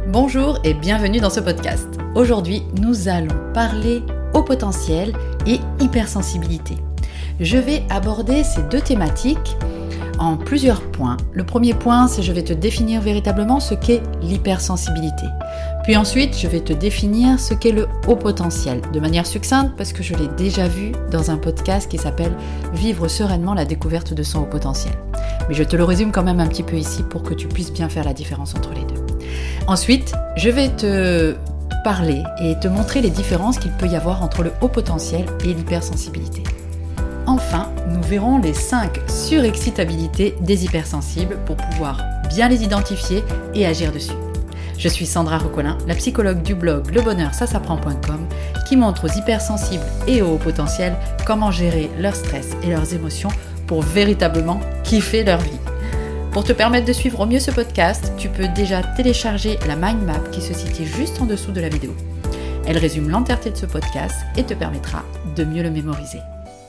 Bonjour et bienvenue dans ce podcast. Aujourd'hui, nous allons parler haut potentiel et hypersensibilité. Je vais aborder ces deux thématiques en plusieurs points. Le premier point, c'est je vais te définir véritablement ce qu'est l'hypersensibilité. Puis ensuite, je vais te définir ce qu'est le haut potentiel, de manière succincte parce que je l'ai déjà vu dans un podcast qui s'appelle « Vivre sereinement la découverte de son haut potentiel ». Mais je te le résume quand même un petit peu ici pour que tu puisses bien faire la différence entre les deux. Ensuite, je vais te parler et te montrer les différences qu'il peut y avoir entre le haut potentiel et l'hypersensibilité. Enfin, nous verrons les 5 surexcitabilités des hypersensibles pour pouvoir bien les identifier et agir dessus. Je suis Sandra Recolin, la psychologue du blog lebonheursasapprend.com qui montre aux hypersensibles et aux hauts potentiels comment gérer leur stress et leurs émotions pour véritablement kiffer leur vie. Pour te permettre de suivre au mieux ce podcast, tu peux déjà télécharger la mind map qui se situe juste en dessous de la vidéo. Elle résume l'entièreté de ce podcast et te permettra de mieux le mémoriser.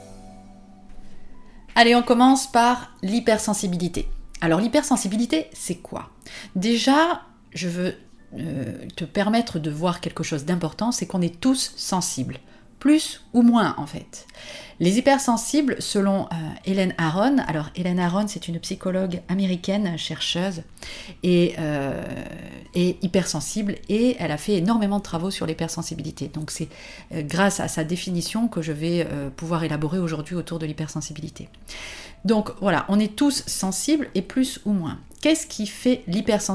Allez, on commence par l'hypersensibilité. Alors l'hypersensibilité, c'est quoi ? Déjà, je veux te permettre de voir quelque chose d'important, c'est qu'on est tous sensibles. Plus ou moins en fait. Les hypersensibles, selon Helen Aron, alors Helen Aron c'est une psychologue américaine, chercheuse et hypersensible et elle a fait énormément de travaux sur l'hypersensibilité. Donc c'est grâce à sa définition que je vais pouvoir élaborer aujourd'hui autour de l'hypersensibilité. Donc voilà, on est tous sensibles et plus ou moins. Qu'est-ce qui fait l'hypersensibilité ?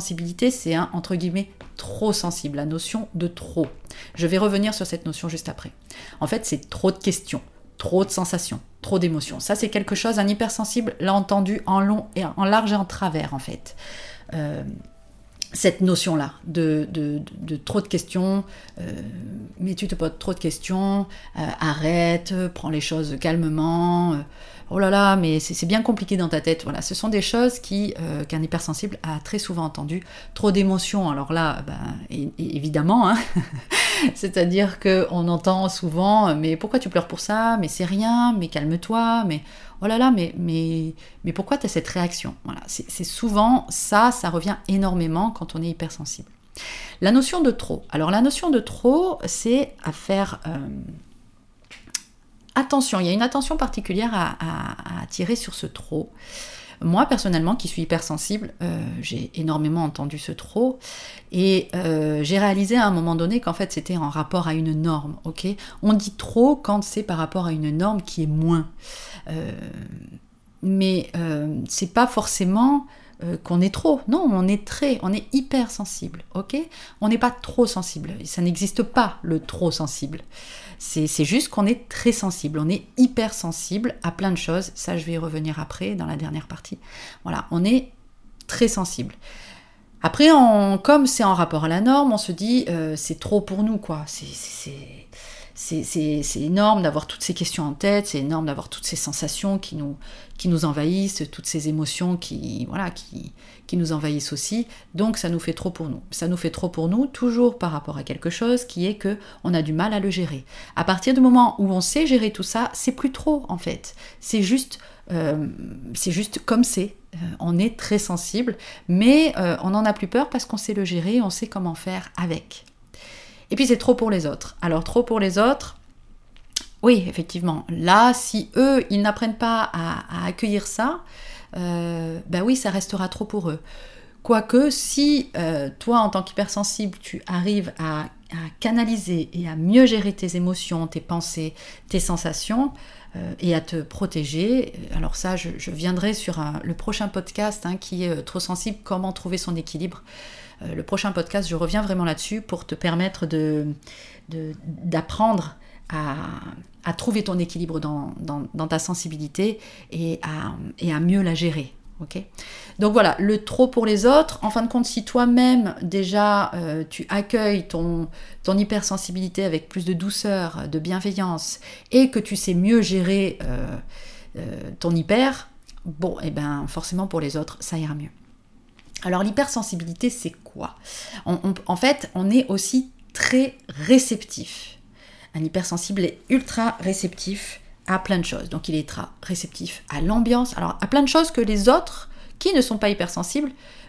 C'est un, entre guillemets, trop sensible, la notion de trop. Je vais revenir sur cette notion juste après. En fait, c'est trop de questions, trop de sensations, trop d'émotions. Ça, c'est quelque chose, un hypersensible l'a entendu en long et en large et en travers, en fait. Cette notion-là de trop de questions, mais tu te poses trop de questions, arrête, prends les choses calmement, oh là là, mais c'est bien compliqué dans ta tête. Voilà, ce sont des choses qu'un hypersensible a très souvent entendues. Trop d'émotions, alors là, évidemment, hein, c'est-à-dire qu'on entend souvent, mais pourquoi tu pleures pour ça ? Mais c'est rien, mais calme-toi, mais oh là là, mais pourquoi tu as cette réaction ? Voilà, c'est souvent ça revient énormément quand on est hypersensible. La notion de trop. Alors la notion de trop, c'est à faire attention. Il y a une attention particulière à tirer sur ce trop. Moi, personnellement, qui suis hypersensible, j'ai énormément entendu ce trop et j'ai réalisé à un moment donné qu'en fait, c'était en rapport à une norme. Okay ? On dit trop quand c'est par rapport à une norme qui est moins. Mais c'est pas forcément qu'on est trop. Non, on est hyper sensible. Okay ? On n'est pas trop sensible. Ça n'existe pas, le trop sensible. C'est juste qu'on est très sensible. On est hyper sensible à plein de choses. Ça, je vais y revenir après, dans la dernière partie. Voilà, on est très sensible. Après, comme c'est en rapport à la norme, on se dit c'est trop pour nous, quoi. C'est énorme d'avoir toutes ces questions en tête, c'est énorme d'avoir toutes ces sensations qui nous envahissent, toutes ces émotions qui nous envahissent aussi, donc ça nous fait trop pour nous. Ça nous fait trop pour nous, toujours par rapport à quelque chose qui est qu'on a du mal à le gérer. À partir du moment où on sait gérer tout ça, c'est plus trop en fait. C'est juste comme c'est. On est très sensible, mais on n'en a plus peur parce qu'on sait le gérer, on sait comment faire avec. Et puis c'est trop pour les autres. Alors trop pour les autres, oui, effectivement. Là, si eux, ils n'apprennent pas à accueillir ça, oui, ça restera trop pour eux. Quoique, si toi, en tant qu'hypersensible, tu arrives à canaliser et à mieux gérer tes émotions, tes pensées, tes sensations, et à te protéger, alors ça, je viendrai sur le prochain podcast qui est trop sensible, comment trouver son équilibre. Le prochain podcast, je reviens vraiment là-dessus pour te permettre d'apprendre à trouver ton équilibre dans ta sensibilité et à mieux la gérer. Okay ? Donc voilà, le trop pour les autres, en fin de compte, si toi-même déjà tu accueilles ton hypersensibilité avec plus de douceur, de bienveillance et que tu sais mieux gérer ton hyper, forcément pour les autres, ça ira mieux. Alors l'hypersensibilité, c'est quoi ? En fait, on est aussi très réceptif. Un hypersensible est ultra réceptif à plein de choses. Donc il est réceptif à l'ambiance, alors à plein de choses que les autres qui ne sont pas hypersensibles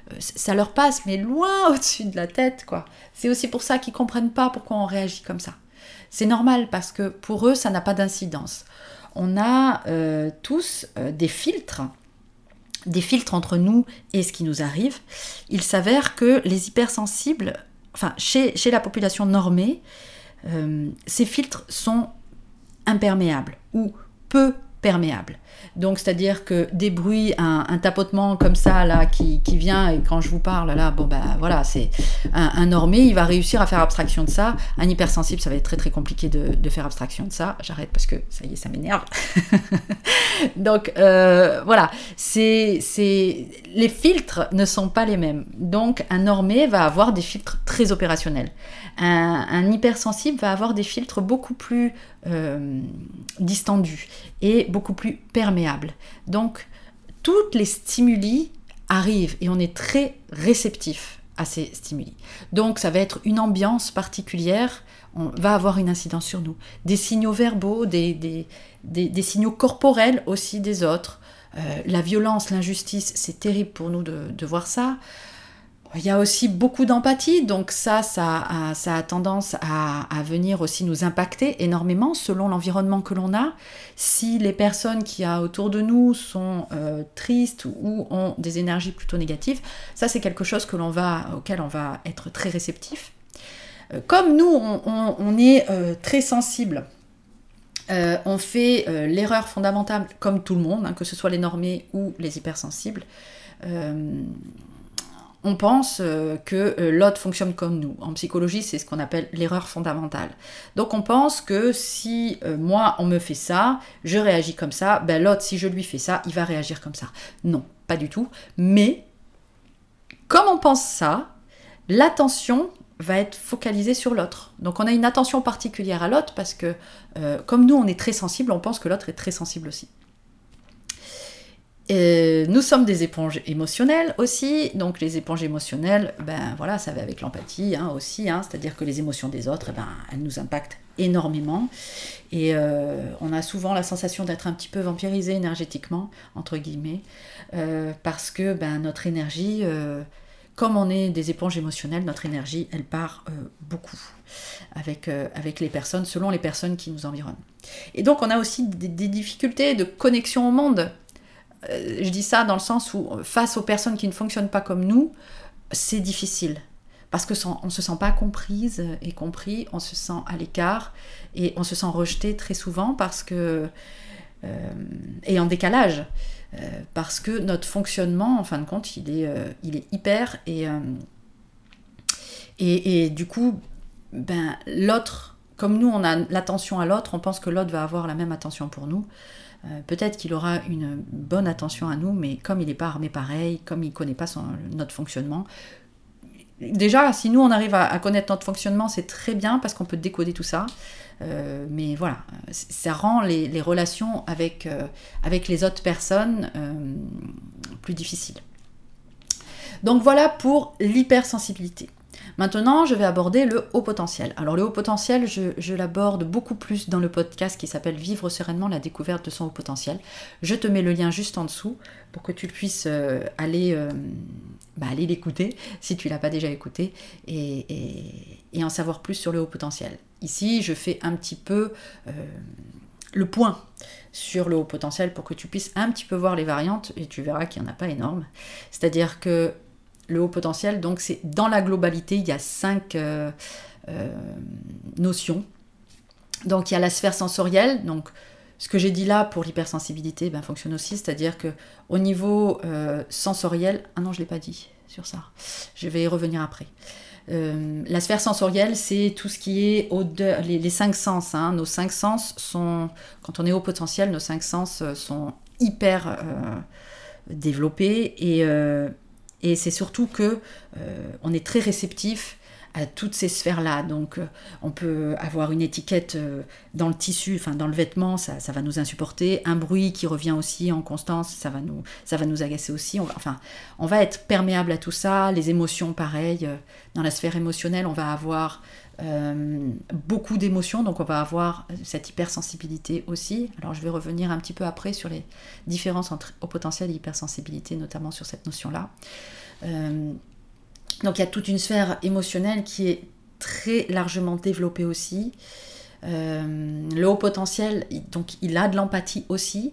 ça leur passe, mais loin au-dessus de la tête, quoi. C'est aussi pour ça qu'ils ne comprennent pas pourquoi on réagit comme ça. C'est normal, parce que pour eux, ça n'a pas d'incidence. On a tous des filtres entre nous et ce qui nous arrive. Il s'avère que les hypersensibles, chez la population normée, ces filtres sont imperméables ou peu perméables. Donc, c'est-à-dire que des bruits, un tapotement comme ça, là, qui vient, et quand je vous parle, là, voilà, c'est un normé, il va réussir à faire abstraction de ça. Un hypersensible, ça va être très, très compliqué de faire abstraction de ça. J'arrête parce que, ça y est, ça m'énerve. Donc, voilà, les filtres ne sont pas les mêmes. Donc, un normé va avoir des filtres très opérationnels. Un hypersensible va avoir des filtres beaucoup plus distendus et beaucoup plus perméables. Donc, toutes les stimuli arrivent et on est très réceptif à ces stimuli. Donc, ça va être une ambiance particulière, on va avoir une incidence sur nous. Des signaux verbaux, des signaux corporels aussi des autres. La violence, l'injustice, c'est terrible pour nous de voir ça. Il y a aussi beaucoup d'empathie, donc ça a tendance à venir aussi nous impacter énormément selon l'environnement que l'on a. Si les personnes qui y a autour de nous sont tristes ou ont des énergies plutôt négatives, ça c'est quelque chose auquel on va être très réceptif. Comme nous, on est très sensible, on fait l'erreur fondamentale, comme tout le monde, que ce soit les normés ou les hypersensibles, on pense que l'autre fonctionne comme nous. En psychologie, c'est ce qu'on appelle l'erreur fondamentale. Donc on pense que si moi, on me fait ça, je réagis comme ça, l'autre, si je lui fais ça, il va réagir comme ça. Non, pas du tout. Mais, comme on pense ça, l'attention va être focalisée sur l'autre. Donc on a une attention particulière à l'autre parce que, comme nous, on est très sensible, on pense que l'autre est très sensible aussi. Nous sommes des éponges émotionnelles aussi, donc les éponges émotionnelles, voilà, ça va avec l'empathie aussi, c'est-à-dire que les émotions des autres, elles nous impactent énormément, et on a souvent la sensation d'être un petit peu vampirisé énergétiquement, entre guillemets, parce que notre énergie, comme on est des éponges émotionnelles, notre énergie, elle part beaucoup avec les personnes, selon les personnes qui nous environnent. Et donc on a aussi des difficultés de connexion au monde. Je dis ça dans le sens où, face aux personnes qui ne fonctionnent pas comme nous, c'est difficile. Parce qu'on ne se sent pas comprise et compris, on se sent à l'écart et on se sent rejeté très souvent parce que, et en décalage, parce que notre fonctionnement, en fin de compte, il est hyper et du coup, l'autre, comme nous on a l'attention à l'autre, on pense que l'autre va avoir la même attention pour nous. Peut-être qu'il aura une bonne attention à nous, mais comme il n'est pas armé pareil, comme il ne connaît pas notre fonctionnement, déjà, si nous on arrive à connaître notre fonctionnement, c'est très bien parce qu'on peut décoder tout ça, mais voilà, ça rend les relations avec les autres personnes plus difficiles. Donc voilà pour l'hypersensibilité. Maintenant, je vais aborder le haut potentiel. Alors le haut potentiel, je l'aborde beaucoup plus dans le podcast qui s'appelle « Vivre sereinement la découverte de son haut potentiel ». Je te mets le lien juste en dessous pour que tu puisses aller l'écouter si tu ne l'as pas déjà écouté et en savoir plus sur le haut potentiel. Ici, je fais un petit peu le point sur le haut potentiel pour que tu puisses un petit peu voir les variantes et tu verras qu'il n'y en a pas énorme. C'est-à-dire que le haut potentiel, donc c'est dans la globalité, il y a 5 notions. Donc il y a la sphère sensorielle, donc ce que j'ai dit là pour l'hypersensibilité fonctionne aussi, c'est-à-dire qu'au niveau sensoriel, ah non je ne l'ai pas dit sur ça, je vais y revenir après. La sphère sensorielle, c'est tout ce qui est les 5 sens. Nos 5 sens sont, quand on est haut potentiel, nos 5 sens sont hyper développés et c'est surtout que on est très réceptif à toutes ces sphères-là. Donc on peut avoir une étiquette dans le tissu, dans le vêtement, ça va nous insupporter. Un bruit qui revient aussi en constance, ça va nous agacer aussi. On va être perméable à tout ça. Les émotions, pareil. Dans la sphère émotionnelle, on va avoir beaucoup d'émotions, donc on va avoir cette hypersensibilité aussi. Alors je vais revenir un petit peu après sur les différences entre haut potentiel et hypersensibilité, notamment sur cette notion-là. Donc il y a toute une sphère émotionnelle qui est très largement développée aussi. Le haut potentiel, donc il a de l'empathie aussi.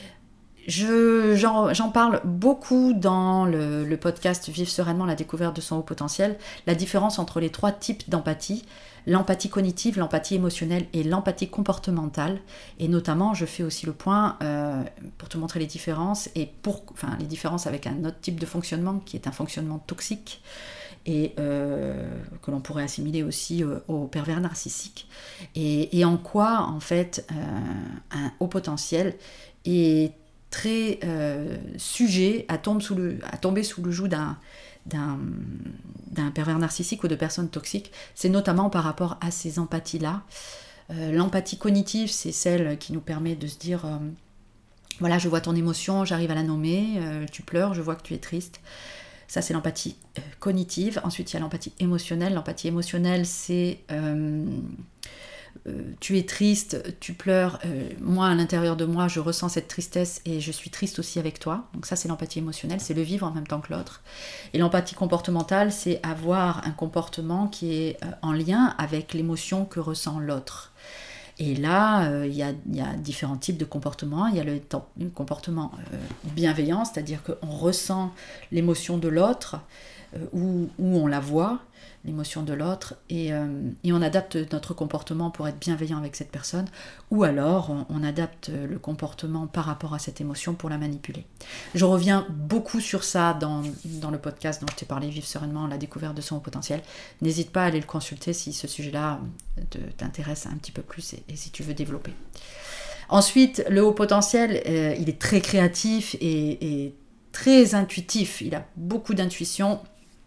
J'en parle beaucoup dans le podcast Vivre sereinement la découverte de son haut potentiel, la différence entre les 3 types d'empathie, l'empathie cognitive, l'empathie émotionnelle et l'empathie comportementale. Et notamment, je fais aussi le point pour te montrer les différences, les différences avec un autre type de fonctionnement qui est un fonctionnement toxique et que l'on pourrait assimiler aussi au pervers narcissique. Et en quoi, en fait, un haut potentiel est très sujet à tomber sous le joug d'un pervers narcissique ou de personnes toxiques. C'est notamment par rapport à ces empathies-là. L'empathie cognitive, c'est celle qui nous permet de se dire voilà, je vois ton émotion, j'arrive à la nommer, tu pleures, je vois que tu es triste. Ça, c'est l'empathie cognitive. Ensuite, il y a l'empathie émotionnelle. L'empathie émotionnelle, c'est tu es triste, tu pleures, moi, à l'intérieur de moi, je ressens cette tristesse et je suis triste aussi avec toi. Donc ça, c'est l'empathie émotionnelle, c'est le vivre en même temps que l'autre. Et l'empathie comportementale, c'est avoir un comportement qui est en lien avec l'émotion que ressent l'autre. Et là, il y a différents types de comportements. Il y a le comportement bienveillant, c'est-à-dire qu'on ressent l'émotion de l'autre ou on la voit, l'émotion de l'autre, et on adapte notre comportement pour être bienveillant avec cette personne, ou alors on adapte le comportement par rapport à cette émotion pour la manipuler. Je reviens beaucoup sur ça dans le podcast dont je t'ai parlé, Vivre sereinement, la découverte de son haut potentiel. N'hésite pas à aller le consulter si ce sujet-là t'intéresse un petit peu plus et si tu veux développer. Ensuite, le haut potentiel, il est très créatif et très intuitif, il a beaucoup d'intuition.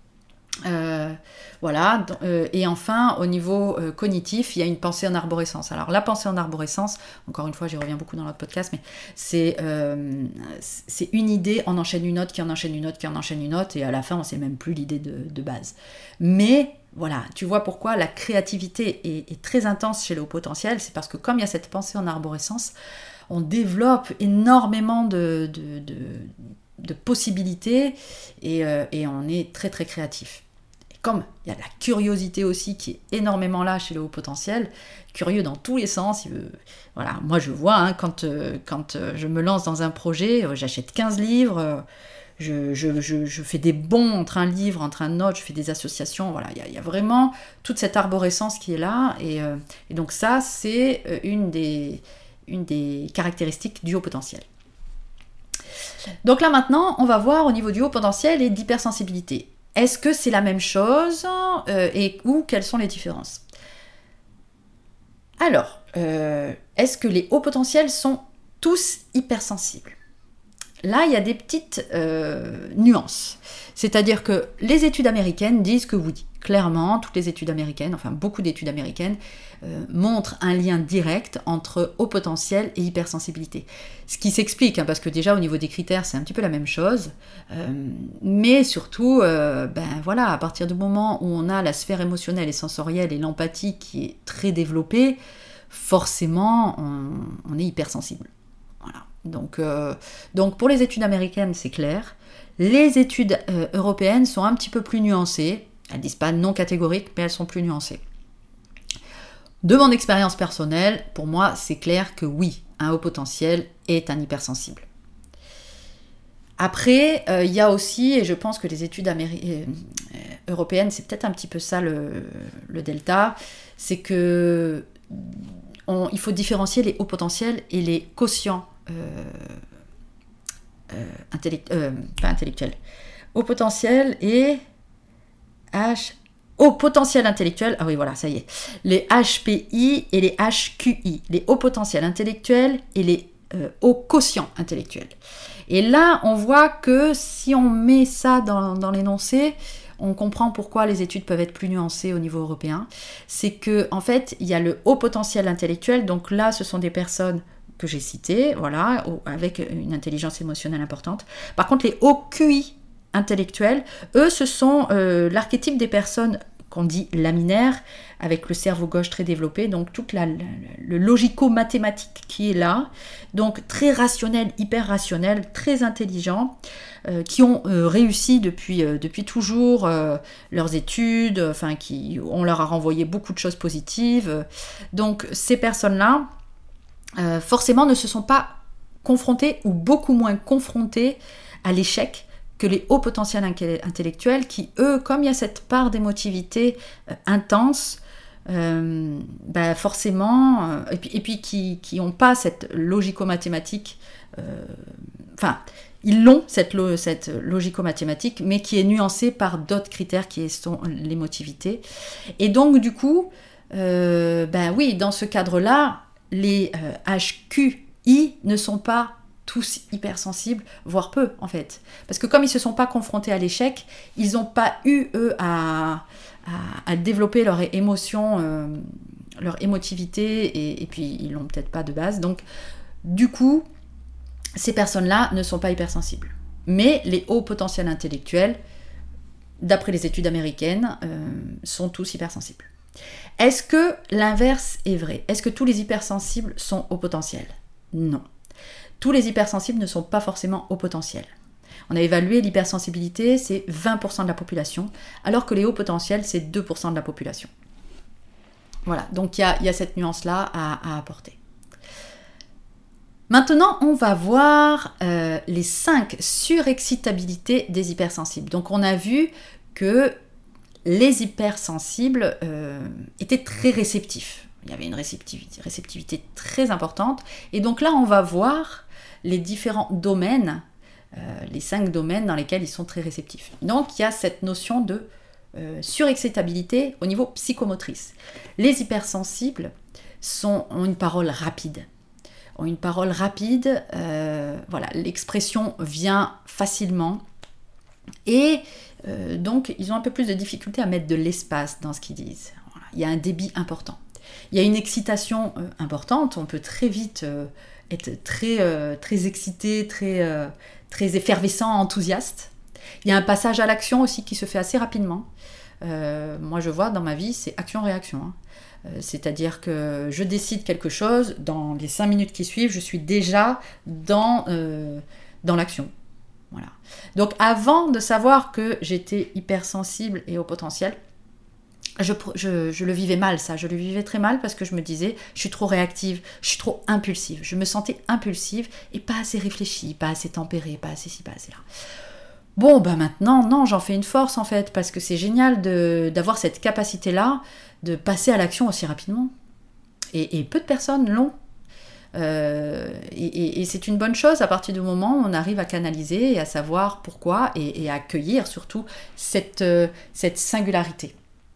Et enfin au niveau cognitif, il y a une pensée en arborescence. Alors la pensée en arborescence, encore une fois j'y reviens beaucoup dans l'autre podcast, mais c'est une idée, on enchaîne une autre, qui en enchaîne une autre, qui en enchaîne une autre, et à la fin on ne sait même plus l'idée de base. Mais voilà, tu vois pourquoi la créativité est très intense chez le haut potentiel, c'est parce que comme il y a cette pensée en arborescence, on développe énormément de possibilités et on est très très créatif. Et comme il y a de la curiosité aussi qui est énormément là chez le haut potentiel, curieux dans tous les sens, voilà, moi je vois quand je me lance dans un projet, j'achète 15 livres, je fais des bonds entre un livre, entre un autre, je fais des associations, voilà, il y a vraiment toute cette arborescence qui est là, et donc ça c'est une des caractéristiques du haut potentiel. Donc là maintenant, on va voir au niveau du haut potentiel et d'hypersensibilité. Est-ce que c'est la même chose ou quelles sont les différences ? Alors, est-ce que les hauts potentiels sont tous hypersensibles ? Là, il y a des petites nuances. C'est-à-dire que les études américaines disent que oui, clairement, toutes les études américaines, enfin beaucoup d'études américaines, montrent un lien direct entre haut potentiel et hypersensibilité. Ce qui s'explique, parce que déjà au niveau des critères, c'est un petit peu la même chose, mais surtout, à partir du moment où on a la sphère émotionnelle et sensorielle et l'empathie qui est très développée, forcément, on est hypersensible. Voilà. Donc pour les études américaines, c'est clair. Les études européennes sont un petit peu plus nuancées. Elles ne disent pas non catégoriques, mais elles sont plus nuancées. De mon expérience personnelle, pour moi, c'est clair que oui, un haut potentiel est un hypersensible. Après, il y a aussi, et je pense que les études européennes, c'est peut-être un petit peu ça le delta, c'est que il faut différencier les hauts potentiels et les quotients pas intellectuels. Haut potentiel et haut potentiel intellectuel, ah oui voilà, ça y est, les HPI et les HQI, les hauts potentiels intellectuels et les hauts quotients intellectuels. Et là, on voit que si on met ça dans l'énoncé, on comprend pourquoi les études peuvent être plus nuancées au niveau européen. C'est que en fait, il y a le haut potentiel intellectuel, donc là, ce sont des personnes que j'ai citées, voilà, avec une intelligence émotionnelle importante. Par contre, les hauts QI intellectuels, eux, ce sont l'archétype des personnes qu'on dit laminaire, avec le cerveau gauche très développé, donc toute le logico-mathématique qui est là, donc très rationnel, hyper rationnel, très intelligent, qui ont réussi depuis toujours leurs études, on leur a renvoyé beaucoup de choses positives. Donc ces personnes-là, forcément ne se sont pas confrontées ou beaucoup moins confrontées à l'échec que les hauts potentiels intellectuels qui, eux, comme il y a cette part d'émotivité intense, forcément, et puis qui n'ont pas cette logico-mathématique, ils l'ont, cette logico-mathématique, mais qui est nuancée par d'autres critères qui sont l'émotivité. Et donc, du coup, oui, dans ce cadre-là, les HQI ne sont pas tous hypersensibles, voire peu en fait. Parce que comme ils ne se sont pas confrontés à l'échec, ils n'ont pas eu, eux, à développer leur émotion, leur émotivité, et puis ils l'ont peut-être pas de base. Donc, du coup, ces personnes-là ne sont pas hypersensibles. Mais les hauts potentiels intellectuels, d'après les études américaines, sont tous hypersensibles. Est-ce que l'inverse est vrai ? Est-ce que tous les hypersensibles sont hauts potentiels ? Non. Tous les hypersensibles ne sont pas forcément hauts potentiels. On a évalué l'hypersensibilité, c'est 20% de la population, alors que les hauts potentiels, c'est 2% de la population. Voilà, donc il y a cette nuance-là à apporter. Maintenant, on va voir les 5 surexcitabilités des hypersensibles. Donc on a vu que les hypersensibles étaient très réceptifs. Il y avait une réceptivité très importante. Et donc là, on va voir les différents domaines, les 5 domaines dans lesquels ils sont très réceptifs. Donc il y a cette notion de surexcitabilité au niveau psychomotrice. Les hypersensibles ont une parole rapide. L'expression vient facilement. Et donc, ils ont un peu plus de difficulté à mettre de l'espace dans ce qu'ils disent. Voilà. Il y a un débit important. Il y a une excitation importante. On peut très vite être très excité, très effervescent, enthousiaste. Il y a un passage à l'action aussi qui se fait assez rapidement. Moi, je vois dans ma vie, c'est action-réaction. C'est-à-dire que je décide quelque chose, dans les 5 minutes qui suivent, je suis déjà dans l'action. Voilà. Donc avant de savoir que j'étais hypersensible et au potentiel, je le vivais mal, ça. Je le vivais très mal parce que je me disais, je suis trop réactive, je suis trop impulsive. Je me sentais impulsive et pas assez réfléchie, pas assez tempérée, pas assez ci, pas assez là. Bon, maintenant, non, j'en fais une force en fait, parce que c'est génial d'avoir cette capacité-là de passer à l'action aussi rapidement. Et peu de personnes l'ont. Et c'est une bonne chose à partir du moment où on arrive à canaliser et à savoir pourquoi et à accueillir surtout cette singularité.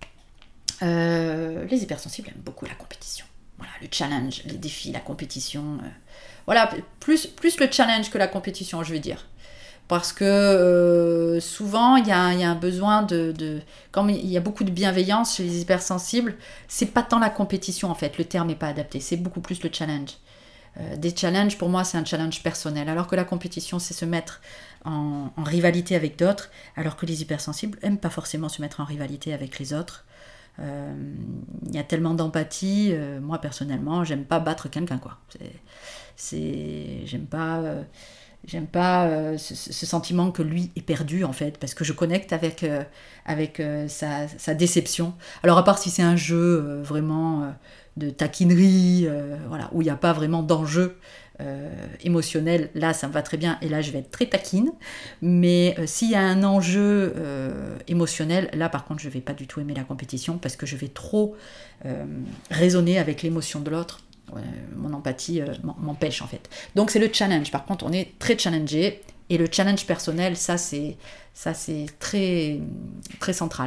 Les hypersensibles aiment beaucoup la compétition. Voilà, le challenge, les défis, la compétition. Voilà, plus le challenge que la compétition, je veux dire. Parce que souvent, il y a un besoin comme il y a beaucoup de bienveillance chez les hypersensibles, c'est pas tant la compétition en fait, le terme n'est pas adapté, c'est beaucoup plus le challenge. Des challenges, pour moi, c'est un challenge personnel, alors que la compétition, c'est se mettre en rivalité avec d'autres, alors que les hypersensibles n'aiment pas forcément se mettre en rivalité avec les autres. Il y a tellement d'empathie, moi personnellement, j'aime pas battre quelqu'un, quoi. J'aime pas ce sentiment que lui est perdu en fait, parce que je connecte avec sa déception. Alors à part si c'est un jeu vraiment de taquinerie, voilà, où il n'y a pas vraiment d'enjeu émotionnel, là ça me va très bien et là je vais être très taquine. Mais s'il y a un enjeu émotionnel, là par contre je vais pas du tout aimer la compétition parce que je vais trop raisonner avec l'émotion de l'autre. Mon empathie m'empêche en fait. Donc c'est le challenge. Par contre, on est très challengé et le challenge personnel, ça c'est très très central.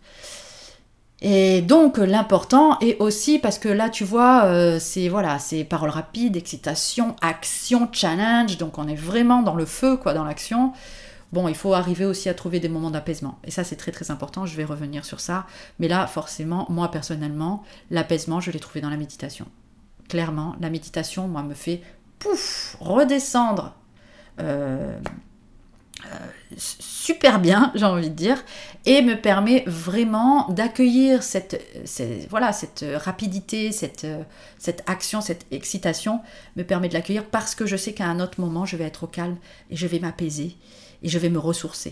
Et donc l'important est aussi parce que là tu vois, c'est parole rapide, excitation, action, challenge. Donc on est vraiment dans le feu, quoi, dans l'action. Bon, il faut arriver aussi à trouver des moments d'apaisement. Et ça, c'est très très important, je vais revenir sur ça. Mais là, forcément, moi personnellement, l'apaisement, je l'ai trouvé dans la méditation. Clairement, la méditation, moi, me fait redescendre super bien, j'ai envie de dire, et me permet vraiment d'accueillir cette rapidité, cette action, cette excitation, me permet de l'accueillir parce que je sais qu'à un autre moment, je vais être au calme et je vais m'apaiser et je vais me ressourcer.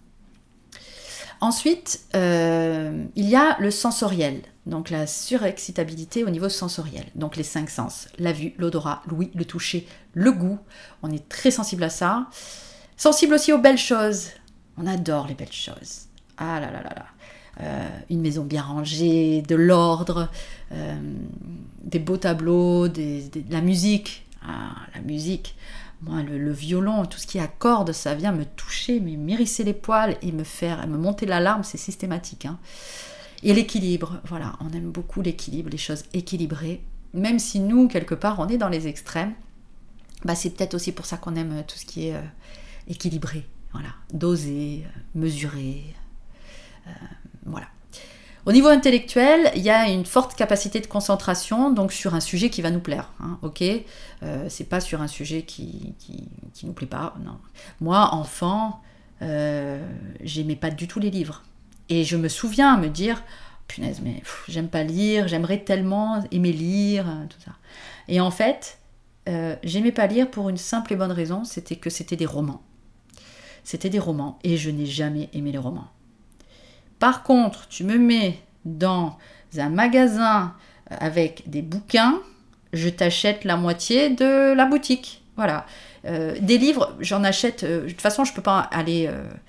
Ensuite, il y a le sensoriel, donc la surexcitabilité au niveau sensoriel, donc les 5 sens, la vue, l'odorat, l'ouïe, le toucher, le goût, on est très sensible à ça. Sensible aussi aux belles choses. On adore les belles choses. Ah là là là là. Une maison bien rangée, de l'ordre, des beaux tableaux, la musique. Ah, la musique. Moi, le violon, tout ce qui est à cordes, ça vient me toucher, m'hérisser les poils et me monter la larme, c'est systématique. Hein. Et l'équilibre, voilà, on aime beaucoup l'équilibre, les choses équilibrées. Même si nous, quelque part, on est dans les extrêmes, c'est peut-être aussi pour ça qu'on aime tout ce qui est équilibré, voilà, dosé, mesuré, voilà. Au niveau intellectuel, il y a une forte capacité de concentration, donc sur un sujet qui va nous plaire, hein, ok, c'est pas sur un sujet qui nous plaît pas, non. Moi, enfant, j'aimais pas du tout les livres, et je me souviens me dire, punaise, mais j'aime pas lire, j'aimerais tellement aimer lire, tout ça. Et en fait, j'aimais pas lire pour une simple et bonne raison, c'était que c'était des romans. C'était des romans et je n'ai jamais aimé les romans. Par contre, tu me mets dans un magasin avec des bouquins, je t'achète la moitié de la boutique. Voilà. Des livres, j'en achète. De toute façon, je peux pas aller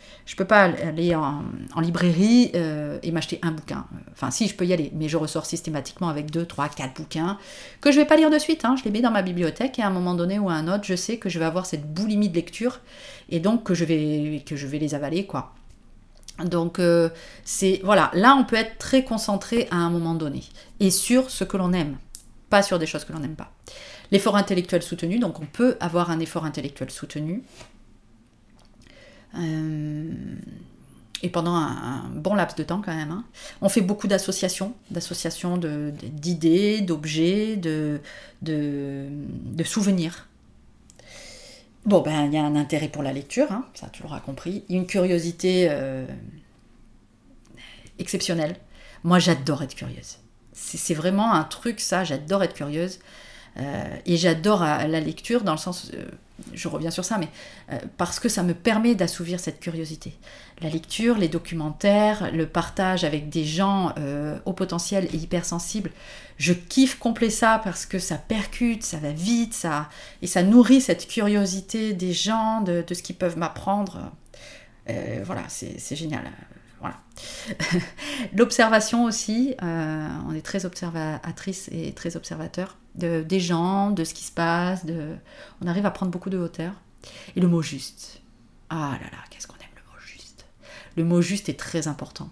en librairie et m'acheter un bouquin. Enfin, si, je peux y aller, mais je ressors systématiquement avec 2, 3, 4 bouquins que je vais pas lire de suite. Hein. Je les mets dans ma bibliothèque et à un moment donné ou à un autre, je sais que je vais avoir cette boulimie de lecture et donc que je vais les avaler, quoi. Donc voilà, là on peut être très concentré à un moment donné et sur ce que l'on aime, pas sur des choses que l'on n'aime pas. L'effort intellectuel soutenu, donc on peut avoir un effort intellectuel soutenu et pendant un bon laps de temps quand même. Hein. On fait beaucoup d'associations d'idées, d'objets, de souvenirs. Bon, il y a un intérêt pour la lecture, hein, ça tu l'auras compris. Il y a une curiosité exceptionnelle. Moi, j'adore être curieuse. C'est vraiment un truc, ça, j'adore être curieuse. Et j'adore la lecture dans le sens, je reviens sur ça, mais parce que ça me permet d'assouvir cette curiosité. La lecture, les documentaires, le partage avec des gens au potentiel et hypersensibles, je kiffe complet ça parce que ça percute, ça va vite, et ça nourrit cette curiosité des gens, de ce qu'ils peuvent m'apprendre. Voilà, c'est génial. Voilà. L'observation aussi, on est très observatrice et très observateur des gens, de ce qui se passe, on arrive à prendre beaucoup de hauteur. Et le mot juste. Ah là là, qu'est-ce qu'on aime le mot juste. Le mot juste est très important.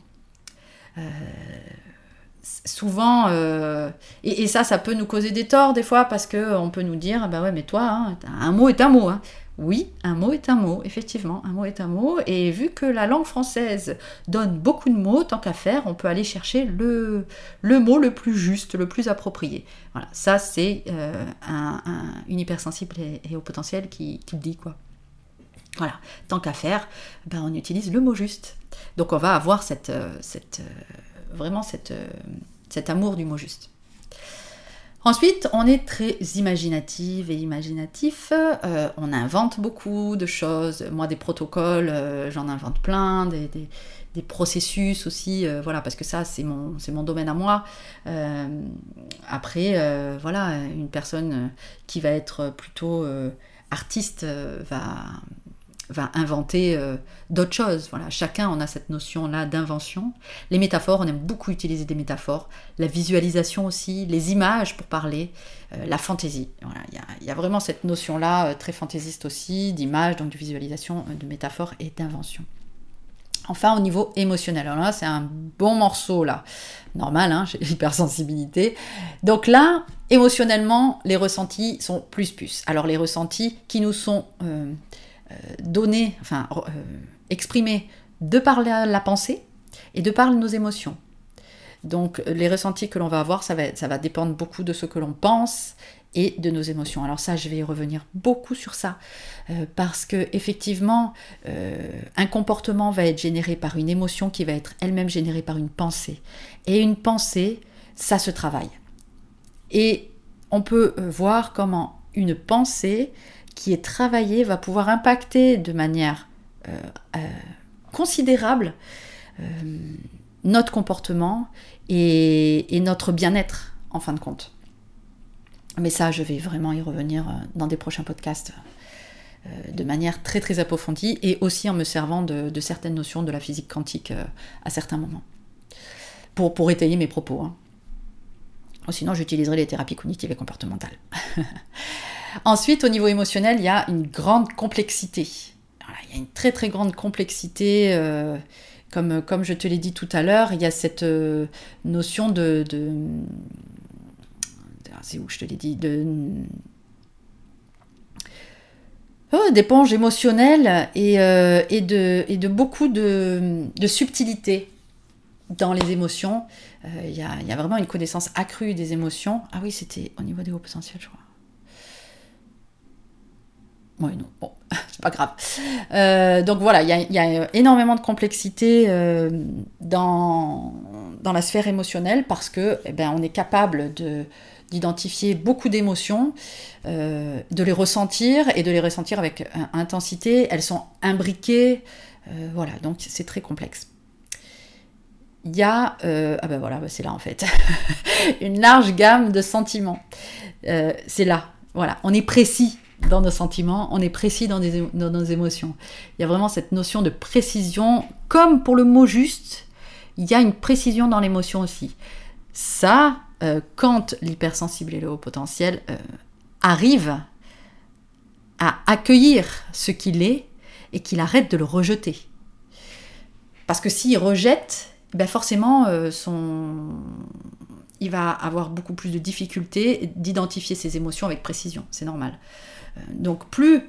Souvent, et ça peut nous causer des torts des fois, parce qu'on peut nous dire, bah ouais, mais toi, hein, un mot est un mot, hein. Oui, un mot est un mot, effectivement, un mot est un mot, et vu que la langue française donne beaucoup de mots, tant qu'à faire, on peut aller chercher le mot le plus juste, le plus approprié. Voilà, ça c'est une hypersensible et au potentiel qui le dit, quoi. Voilà, tant qu'à faire, on utilise le mot juste. Donc on va avoir vraiment cet amour du mot juste. Ensuite, on est très imaginative et imaginatif, on invente beaucoup de choses, moi des protocoles, j'en invente plein, des processus aussi, voilà, parce que ça c'est mon domaine à moi. Après, voilà, une personne qui va être plutôt artiste va inventer d'autres choses. Voilà, chacun on a cette notion-là d'invention. Les métaphores, on aime beaucoup utiliser des métaphores. La visualisation aussi, les images pour parler, la fantaisie. Voilà, il y a vraiment cette notion-là très fantaisiste aussi, d'image, donc de visualisation, de métaphore et d'invention. Enfin, au niveau émotionnel, alors là, c'est un bon morceau, là. Normal, hein, j'ai l'hypersensibilité. Donc là, émotionnellement, les ressentis sont plus. Alors, les ressentis qui nous sont donnés, exprimés de par la pensée et de par nos émotions. Donc, les ressentis que l'on va avoir, ça va dépendre beaucoup de ce que l'on pense et de nos émotions. Alors ça, je vais y revenir beaucoup sur ça, parce que effectivement, un comportement va être généré par une émotion qui va être elle-même générée par une pensée. Et une pensée, ça se travaille. Et on peut voir comment une pensée qui est travaillée va pouvoir impacter de manière considérable notre comportement et notre bien-être en fin de compte. Mais ça, je vais vraiment y revenir dans des prochains podcasts de manière très très approfondie et aussi en me servant de certaines notions de la physique quantique à certains moments. Pour étayer mes propos. Hein. Sinon, j'utiliserai les thérapies cognitives et comportementales. Ensuite, au niveau émotionnel, il y a une grande complexité. Voilà, il y a une très très grande complexité. Comme je te l'ai dit tout à l'heure, il y a cette notion c'est où je te l'ai dit d'éponge émotionnelle et de beaucoup de subtilité dans les émotions. Il y a vraiment une connaissance accrue des émotions. Ah oui, c'était au niveau des hauts potentiels, je crois. Oui, non, bon, c'est pas grave. Donc voilà, il y a énormément de complexité dans la sphère émotionnelle parce que on est capable d'identifier beaucoup d'émotions, de les ressentir et de les ressentir avec intensité. Elles sont imbriquées, voilà, donc c'est très complexe. Il y a, c'est là en fait, une large gamme de sentiments. C'est là, voilà, on est précis dans nos sentiments, on est précis dans nos émotions. Il y a vraiment cette notion de précision, comme pour le mot juste, il y a une précision dans l'émotion aussi. Ça, quand l'hypersensible et le haut potentiel arrivent à accueillir ce qu'il est et qu'il arrête de le rejeter. Parce que s'il rejette, forcément, il va avoir beaucoup plus de difficultés d'identifier ses émotions avec précision, c'est normal. Donc plus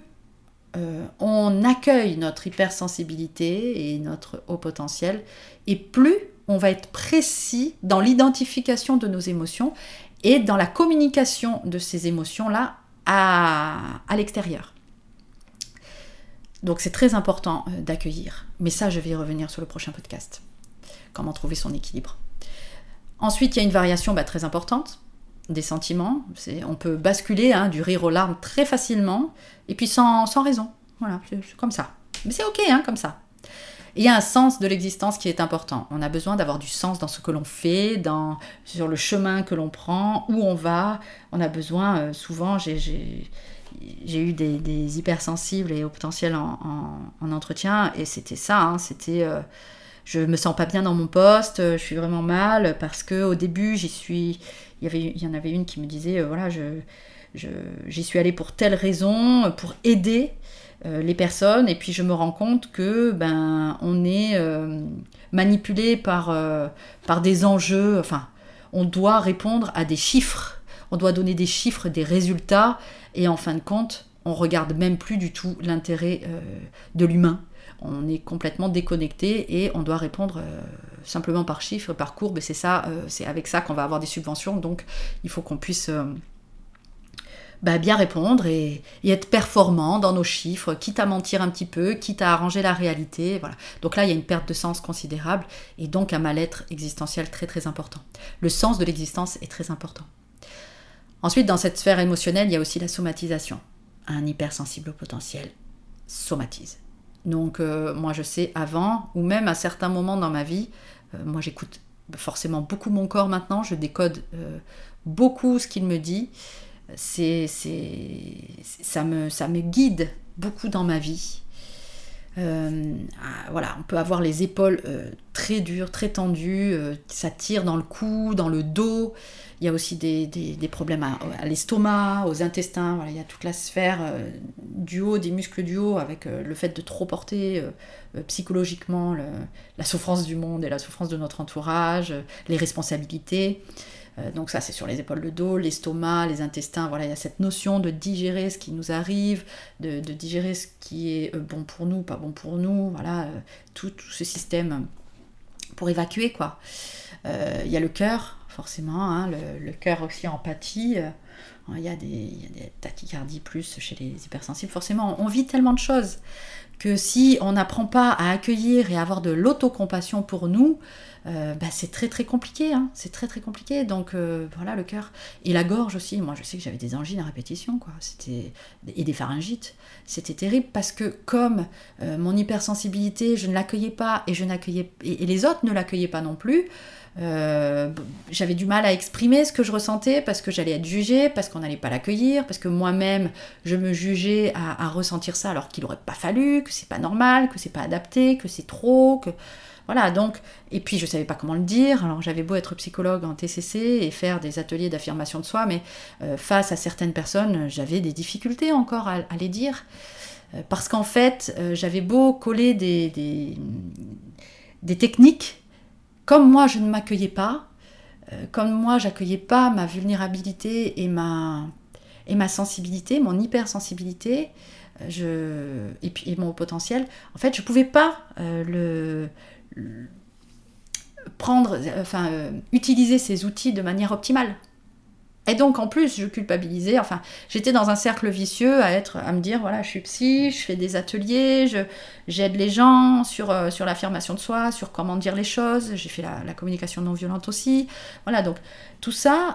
on accueille notre hypersensibilité et notre haut potentiel, et plus on va être précis dans l'identification de nos émotions et dans la communication de ces émotions-là à l'extérieur. Donc c'est très important d'accueillir. Mais ça, je vais y revenir sur le prochain podcast. Comment trouver son équilibre. Ensuite, il y a une variation très importante des sentiments. On peut basculer du rire aux larmes très facilement, et puis sans raison. Voilà, c'est comme ça. Mais c'est ok, comme ça. Et il y a un sens de l'existence qui est important. On a besoin d'avoir du sens dans ce que l'on fait, sur le chemin que l'on prend, où on va. On a besoin, souvent, j'ai eu des hypersensibles et hauts potentiels en entretien, et c'était ça, c'était... je me sens pas bien dans mon poste, je suis vraiment mal, parce qu'au début, il y en avait une qui me disait, j'y suis allée pour telle raison, pour aider les personnes, et puis je me rends compte que on est manipulé par des enjeux, enfin, on doit répondre à des chiffres, on doit donner des chiffres, des résultats, et en fin de compte, on regarde même plus du tout l'intérêt de l'humain. On est complètement déconnecté et on doit répondre simplement par chiffres, par courbes, et c'est ça, c'est avec ça qu'on va avoir des subventions, donc il faut qu'on puisse bien répondre et être performant dans nos chiffres, quitte à mentir un petit peu, quitte à arranger la réalité, voilà. Donc là, il y a une perte de sens considérable et donc un mal-être existentiel très très important. Le sens de l'existence est très important. Ensuite, dans cette sphère émotionnelle, il y a aussi la somatisation. Un hypersensible au potentiel somatise. Donc moi je sais avant, ou même à certains moments dans ma vie, moi j'écoute forcément beaucoup mon corps maintenant, je décode beaucoup ce qu'il me dit, ça me guide beaucoup dans ma vie. Voilà, on peut avoir les épaules très dures, très tendues, ça tire dans le cou, dans le dos. Il y a aussi des problèmes à l'estomac, aux intestins. Voilà, il y a toute la sphère du haut, des muscles du haut, avec le fait de trop porter psychologiquement la souffrance du monde et la souffrance de notre entourage, les responsabilités. Donc ça, c'est sur les épaules, le dos, l'estomac, les intestins. Voilà, il y a cette notion de digérer ce qui nous arrive, de digérer ce qui est bon pour nous, pas bon pour nous. Voilà, tout ce système pour évacuer, quoi. Il y a le cœur. forcément, hein, le cœur aussi empathie. Il y a des tachycardies plus chez les hypersensibles. Forcément, on vit tellement de choses que si on n'apprend pas à accueillir et à avoir de l'autocompassion pour nous, c'est très très compliqué. Hein. C'est très très compliqué. Donc voilà, le cœur. Et la gorge aussi. Moi, je sais que j'avais des angines à répétition, quoi. Et des pharyngites. C'était terrible parce que comme mon hypersensibilité, je ne l'accueillais pas et les autres ne l'accueillaient pas non plus, j'avais du mal à exprimer ce que je ressentais parce que j'allais être jugée, parce qu'on n'allait pas l'accueillir, parce que moi-même je me jugeais à ressentir ça alors qu'il n'aurait pas fallu, que c'est pas normal, que c'est pas adapté, que c'est trop, que voilà. Donc, et puis je savais pas comment le dire. Alors j'avais beau être psychologue en TCC et faire des ateliers d'affirmation de soi, mais face à certaines personnes j'avais des difficultés encore à les dire parce qu'en fait j'avais beau coller des techniques. Comme moi, je ne m'accueillais pas, comme moi, j'accueillais pas ma vulnérabilité et ma sensibilité, mon hypersensibilité, et mon potentiel, en fait, je ne pouvais pas utiliser ces outils de manière optimale. Et donc, en plus, je culpabilisais, j'étais dans un cercle vicieux à me dire, voilà, je suis psy, je fais des ateliers, j'aide les gens sur l'affirmation de soi, sur comment dire les choses, j'ai fait la communication non violente aussi, voilà, donc tout ça,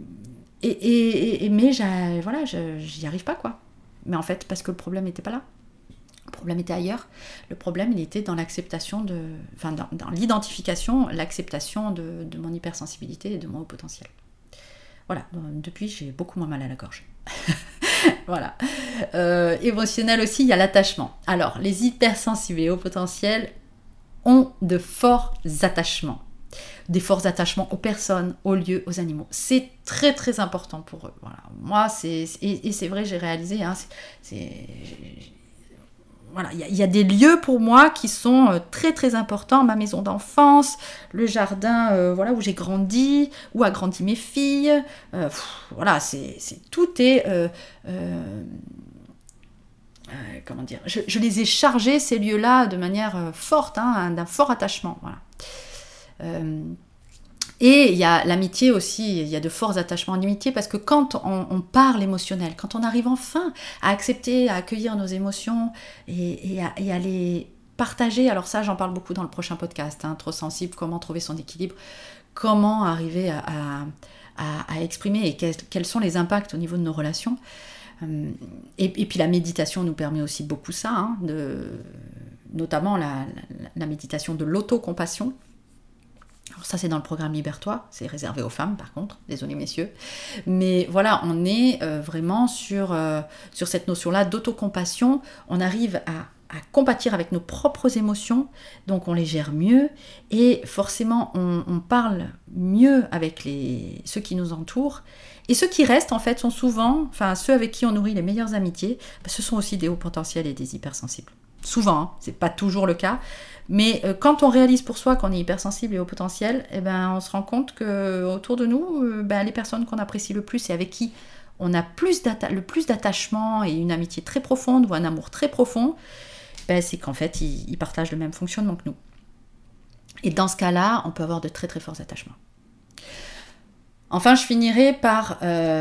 mais j'y arrive pas, quoi. Mais en fait, parce que le problème n'était pas là. Le problème était ailleurs. Le problème, il était dans l'acceptation dans l'identification, l'acceptation de mon hypersensibilité et de mon haut potentiel. Voilà, depuis j'ai beaucoup moins mal à la gorge. Voilà. Émotionnel aussi, il y a l'attachement. Alors, les hypersensibles et hauts potentiels ont de forts attachements. Des forts attachements aux personnes, aux lieux, aux animaux. C'est très très important pour eux. Voilà. Moi, c'est vrai, j'ai réalisé, hein, voilà, il y a des lieux pour moi qui sont très très importants, ma maison d'enfance, le jardin où j'ai grandi, où a grandi mes filles, voilà, tout est comment dire, je les ai chargés ces lieux-là de manière forte, hein, d'un fort attachement, voilà. Et il y a l'amitié aussi, il y a de forts attachements en amitié parce que quand on parle émotionnel, quand on arrive enfin à accepter, à accueillir nos émotions et à les partager, alors ça j'en parle beaucoup dans le prochain podcast, hein, trop sensible, comment trouver son équilibre, comment arriver à exprimer et quels sont les impacts au niveau de nos relations. Et puis la méditation nous permet aussi beaucoup ça, hein, notamment la méditation de l'autocompassion. Alors ça c'est dans le programme Libère-toi, c'est réservé aux femmes par contre, désolé messieurs. Mais voilà, on est vraiment sur cette notion-là d'autocompassion. On arrive à compatir avec nos propres émotions, donc on les gère mieux et forcément on parle mieux avec ceux qui nous entourent. Et ceux qui restent en fait sont souvent, ceux avec qui on nourrit les meilleures amitiés, ce sont aussi des hauts potentiels et des hypersensibles. Souvent, hein, c'est pas toujours le cas, mais quand on réalise pour soi qu'on est hypersensible et haut potentiel, on se rend compte que autour de nous, les personnes qu'on apprécie le plus et avec qui on a le plus d'attachement et une amitié très profonde ou un amour très profond, c'est qu'en fait ils partagent le même fonctionnement que nous. Et dans ce cas-là, on peut avoir de très très forts attachements. Enfin, je finirai par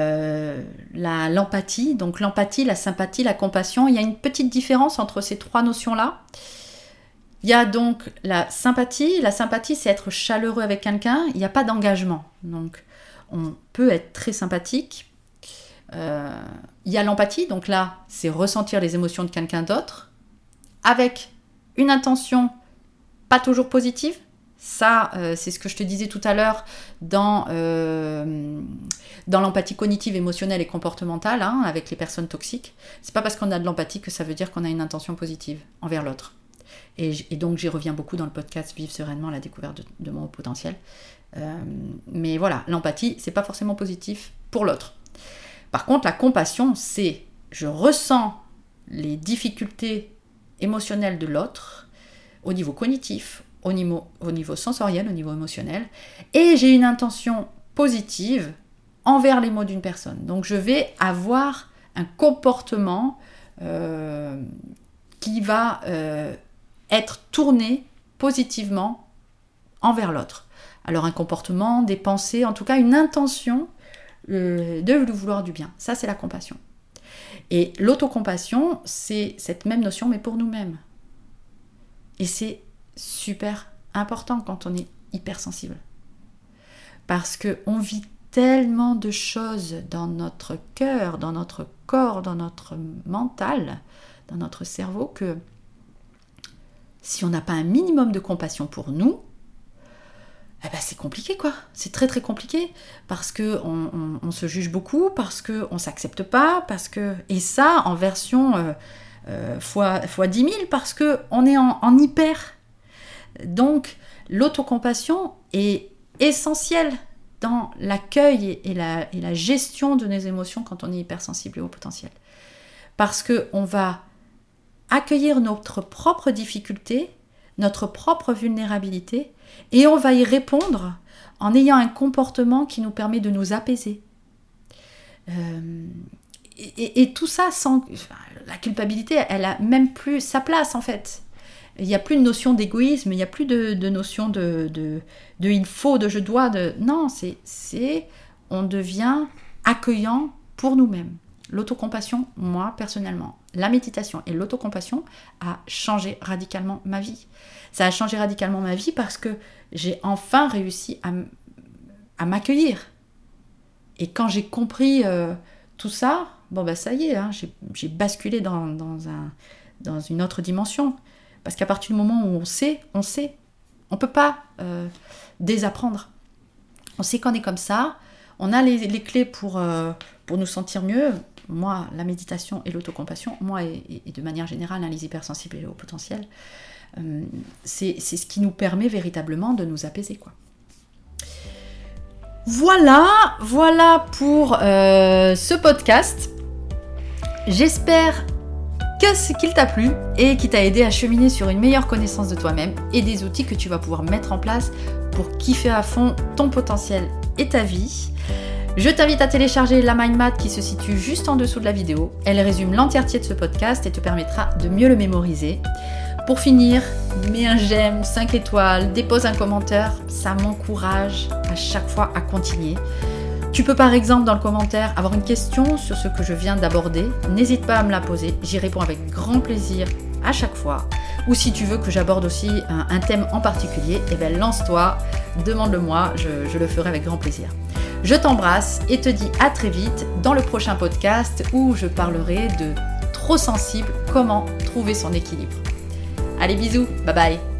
l'empathie. Donc l'empathie, la sympathie, la compassion. Il y a une petite différence entre ces trois notions-là. Il y a donc la sympathie. La sympathie, c'est être chaleureux avec quelqu'un. Il n'y a pas d'engagement. Donc on peut être très sympathique. Il y a l'empathie. Donc là, c'est ressentir les émotions de quelqu'un d'autre avec une intention pas toujours positive. Ça, c'est ce que je te disais tout à l'heure dans l'empathie cognitive, émotionnelle et comportementale, hein, avec les personnes toxiques. C'est pas parce qu'on a de l'empathie que ça veut dire qu'on a une intention positive envers l'autre. Et donc j'y reviens beaucoup dans le podcast Vivre sereinement, la découverte de mon haut potentiel. Mais voilà, l'empathie, c'est pas forcément positif pour l'autre. Par contre, la compassion, c'est je ressens les difficultés émotionnelles de l'autre au niveau cognitif, au niveau sensoriel, au niveau émotionnel, et j'ai une intention positive envers les mots d'une personne. Donc je vais avoir un comportement qui va être tourné positivement envers l'autre. Alors un comportement, des pensées, en tout cas une intention de lui vouloir du bien. Ça, c'est la compassion. Et l'autocompassion, c'est cette même notion, mais pour nous-mêmes. Et c'est super important quand on est hypersensible. Parce qu'on vit tellement de choses dans notre cœur, dans notre corps, dans notre mental, dans notre cerveau, que si on n'a pas un minimum de compassion pour nous, eh ben c'est compliqué quoi. C'est très très compliqué parce qu'on se juge beaucoup, parce qu'on ne s'accepte pas, et ça en version fois 10 000 parce qu'on est en hyper. Donc l'autocompassion est essentielle dans l'accueil et la gestion de nos émotions quand on est hypersensible et haut potentiel. Parce qu'on va accueillir notre propre difficulté, notre propre vulnérabilité, et on va y répondre en ayant un comportement qui nous permet de nous apaiser. Et tout ça sans... la culpabilité, elle a même plus sa place en fait. Il n'y a plus de notion d'égoïsme, il n'y a plus de notion de il faut, de je dois, non, on devient accueillant pour nous-mêmes. L'autocompassion, moi personnellement, la méditation et l'autocompassion a changé radicalement ma vie. Ça a changé radicalement ma vie parce que j'ai enfin réussi à m'accueillir. Et quand j'ai compris tout ça, ça y est, hein, j'ai basculé dans une autre dimension. Parce qu'à partir du moment où on sait. On ne peut pas désapprendre. On sait qu'on est comme ça. On a les clés pour nous sentir mieux. Moi, la méditation et l'autocompassion, moi et de manière générale, les hypersensibles et les hauts potentiels, c'est ce qui nous permet véritablement de nous apaiser, quoi. Voilà pour ce podcast. J'espère qu'il t'a plu et qu'il t'a aidé à cheminer sur une meilleure connaissance de toi-même et des outils que tu vas pouvoir mettre en place pour kiffer à fond ton potentiel et ta vie. Je t'invite à télécharger la mind map qui se situe juste en dessous de la vidéo. Elle résume l'entièreté de ce podcast et te permettra de mieux le mémoriser. Pour finir, mets un j'aime, 5 étoiles, dépose un commentaire, ça m'encourage à chaque fois à continuer. Tu peux par exemple dans le commentaire avoir une question sur ce que je viens d'aborder. N'hésite pas à me la poser, j'y réponds avec grand plaisir à chaque fois. Ou si tu veux que j'aborde aussi un thème en particulier, lance-toi, demande-le-moi, je le ferai avec grand plaisir. Je t'embrasse et te dis à très vite dans le prochain podcast où je parlerai de trop sensible, comment trouver son équilibre. Allez, bisous, bye bye.